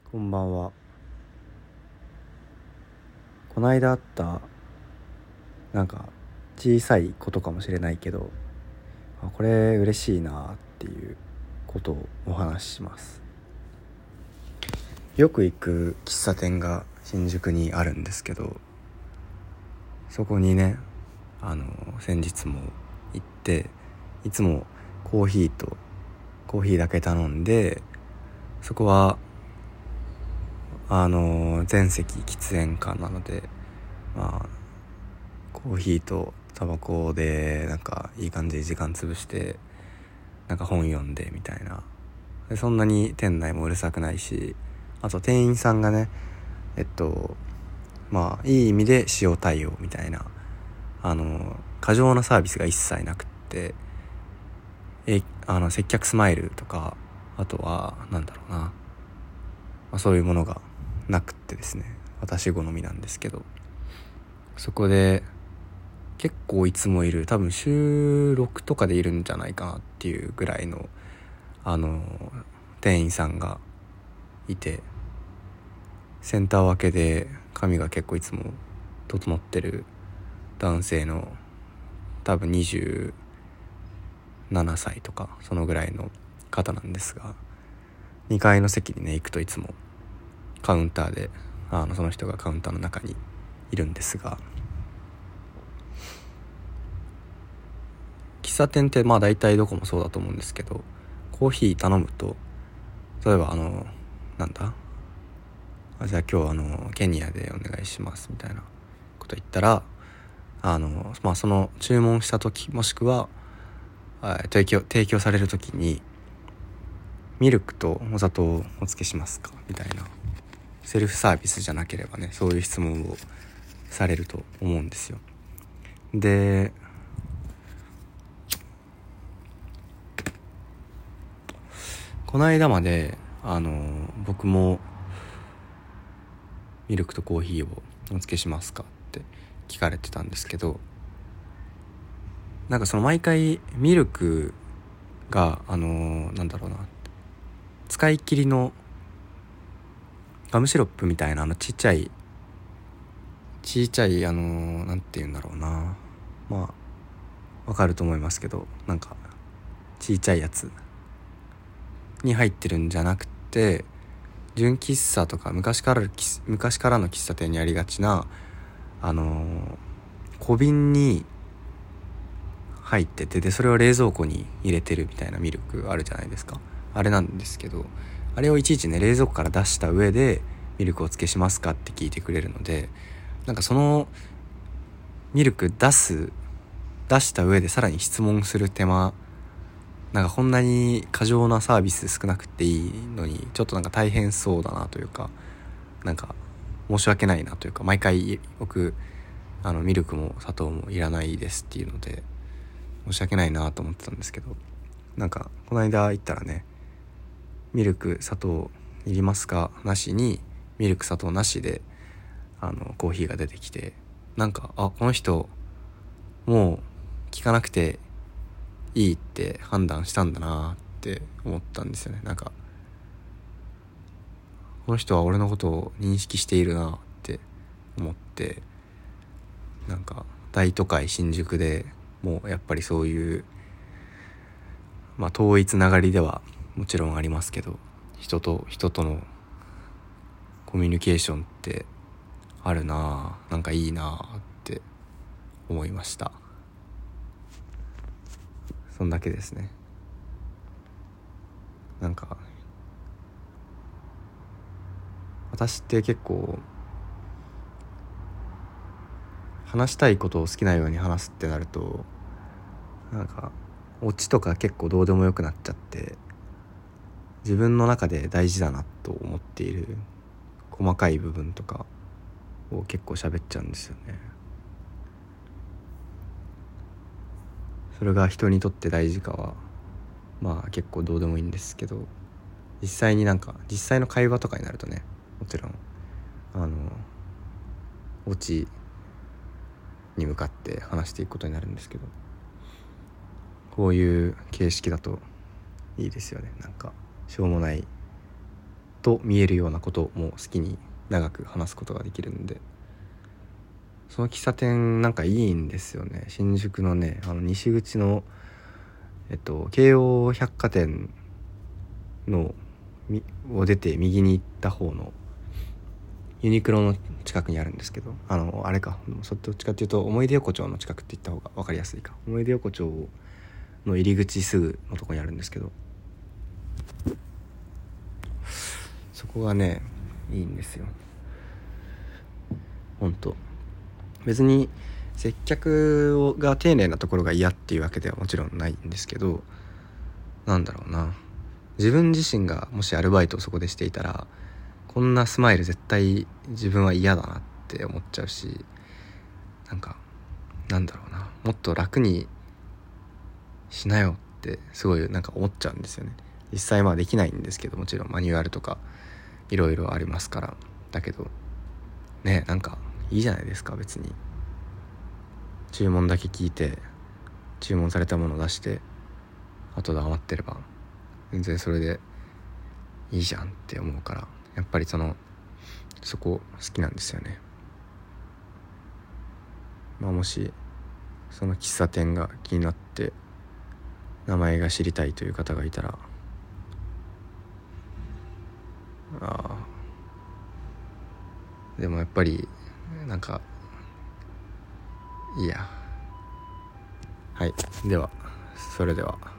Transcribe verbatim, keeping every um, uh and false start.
こんばんは。この間あったなんか小さいことかもしれないけど、あこれ嬉しいなっていうことをお話しします。よく行く喫茶店が新宿にあるんですけど、そこにねあの先日も行って、いつもコーヒーとコーヒーだけ頼んで、そこはあの全席喫煙家なので、まあコーヒーとタバコでなんかいい感じで時間潰して、なんか本読んでみたいな。でそんなに店内もうるさくないし、あと店員さんがねえっとまあいい意味で塩対応みたいな、あの過剰なサービスが一切なくって、えあの接客スマイルとか、あとはなんだろうな、まあ、そういうものがなくってですね、私好みなんですけど、そこで結構いつもいる、多分週ろくとかでいるんじゃないかなっていうぐらいのあの店員さんがいて、センター分けで髪が結構いつも整ってる男性の、多分にじゅうななさいとかそのぐらいの方なんですが、にかいの席にね行くといつもカウンターで、あのその人がカウンターの中にいるんですが、喫茶店ってまあ大体どこもそうだと思うんですけど、コーヒー頼むと、例えばあのなんだあじゃあ今日あのケニアでお願いしますみたいなこと言ったら、あのまあその注文した時、もしくは提供提供される時に、ミルクとお砂糖をお付けしますかみたいな、セルフサービスじゃなければね、そういう質問をされると思うんですよ。でこの間まであの僕もミルクとコーヒーをお付けしますかって聞かれてたんですけど、なんかその毎回ミルクがあのなんだろうな、使い切りのガムシロップみたいな、あのちっちゃいちっちゃいあのなんていうんだろうな、まあわかると思いますけど、なんかちっちゃいやつに入ってるんじゃなくて、純喫茶とか昔から昔からの喫茶店にありがちな、あの小瓶に入ってて、でそれを冷蔵庫に入れてるみたいなミルクあるじゃないですか。あれなんですけど、あれをいちいちね冷蔵庫から出した上でミルクをつけしますかって聞いてくれるので、なんかそのミルク出す出した上でさらに質問する手間、なんかこんなに過剰なサービス少なくていいのに、ちょっとなんか大変そうだなというか、なんか申し訳ないなというか、毎回僕あのミルクも砂糖もいらないですっていうので申し訳ないなと思ってたんですけど、なんかこの間行ったらね、ミルク砂糖いりますかなしに、ミルク砂糖なしであのコーヒーが出てきて、なんかあこの人もう聞かなくていいって判断したんだなって思ったんですよね。なんかこの人は俺のことを認識しているなって思って、なんか大都会新宿でもうやっぱりそういう、まあ遠いつながりではもちろんありますけど、人と人とのコミュニケーションってあるなぁ、なんかいいなぁって思いました。そんだけですね。なんか私って結構話したいことを好きなように話すってなると、なんかオチとか結構どうでもよくなっちゃって、自分の中で大事だなと思っている細かい部分とかを結構喋っちゃうんですよね。それが人にとって大事かはまあ結構どうでもいいんですけど、実際になんか実際の会話とかになるとね、もちろんあのオチに向かって話していくことになるんですけど、こういう形式だといいですよね。なんかしょうもないと見えるようなことも好きに長く話すことができるんで、その喫茶店なんかいいんですよね。新宿のね、あの西口のえっと京王百貨店のを出て右に行った方のユニクロの近くにあるんですけど、あのあれか、そっちかっていうと思い出横丁の近くって言った方が分かりやすいか。思い出横丁の入り口すぐのとこにあるんですけど、そこがねいいんですよ。ほんと別に接客が丁寧なところが嫌っていうわけではもちろんないんですけど、なんだろうな、自分自身がもしアルバイトをそこでしていたら、こんなスマイル絶対自分は嫌だなって思っちゃうし、なんかなんだろうな、もっと楽にしなよってすごいなんか思っちゃうんですよね。実際まあできないんですけど、もちろんマニュアルとかいろいろありますから。だけどね、なんかいいじゃないですか。別に注文だけ聞いて注文されたものを出して後で余ってれば全然それでいいじゃんって思うから、やっぱりそのそこ好きなんですよね。まあもしその喫茶店が気になって名前が知りたいという方がいたら、あでもやっぱりなんかいいや。はい、ではそれでは。